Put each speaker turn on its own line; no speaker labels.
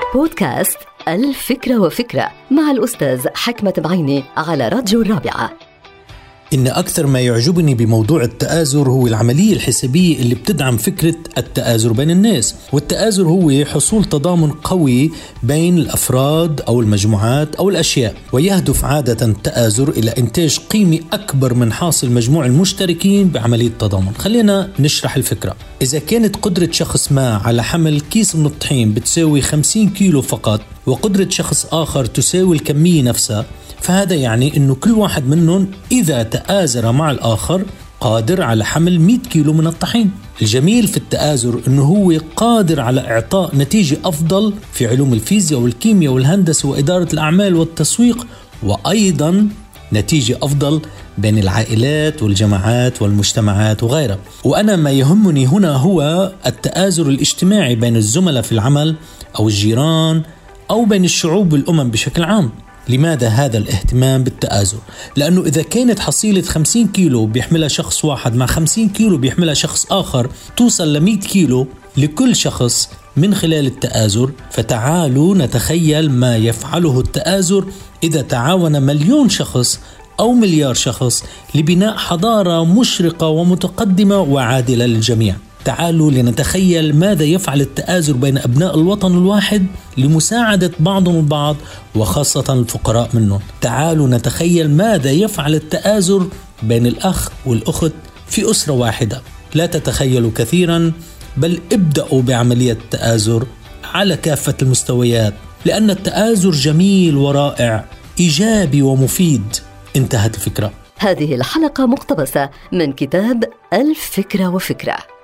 بودكاست الفكرة وفكرة مع الأستاذ حكمة بعيني على راديو الرابعة.
إن أكثر ما يعجبني بموضوع التآزر هو العملية الحسابية اللي بتدعم فكرة التآزر بين الناس. والتآزر هو حصول تضامن قوي بين الأفراد أو المجموعات أو الأشياء، ويهدف عادة التآزر إلى إنتاج قيمة أكبر من حاصل مجموع المشتركين بعملية التضامن. خلينا نشرح الفكرة. إذا كانت قدرة شخص ما على حمل كيس من الطحين بتساوي 50 كيلو فقط، وقدرة شخص آخر تساوي الكمية نفسها، فهذا يعني أنه كل واحد منهم إذا تآزر مع الآخر قادر على حمل 100 كيلو من الطحين. الجميل في التآزر أنه هو قادر على إعطاء نتيجة أفضل في علوم الفيزياء والكيمياء والهندسة وإدارة الأعمال والتسويق، وأيضا نتيجة أفضل بين العائلات والجماعات والمجتمعات وغيرها. وأنا ما يهمني هنا هو التآزر الاجتماعي بين الزملاء في العمل أو الجيران أو بين الشعوب والأمم بشكل عام. لماذا هذا الاهتمام بالتآزر؟ لأنه إذا كانت حصيلة 50 كيلو بيحملها شخص واحد مع 50 كيلو بيحملها شخص آخر توصل ل 100 كيلو لكل شخص من خلال التآزر، فتعالوا نتخيل ما يفعله التآزر إذا تعاون مليون شخص أو مليار شخص لبناء حضارة مشرقة ومتقدمة وعادلة للجميع. تعالوا لنتخيل ماذا يفعل التآزر بين أبناء الوطن الواحد لمساعدة بعضهم البعض وخاصة الفقراء منهم. تعالوا نتخيل ماذا يفعل التآزر بين الأخ والأخت في أسرة واحدة. لا تتخيلوا كثيرا، بل ابدأوا بعملية التآزر على كافة المستويات، لأن التآزر جميل ورائع، إيجابي ومفيد. انتهت الفكرة.
هذه الحلقة مقتبسة من كتاب الفكرة وفكرة.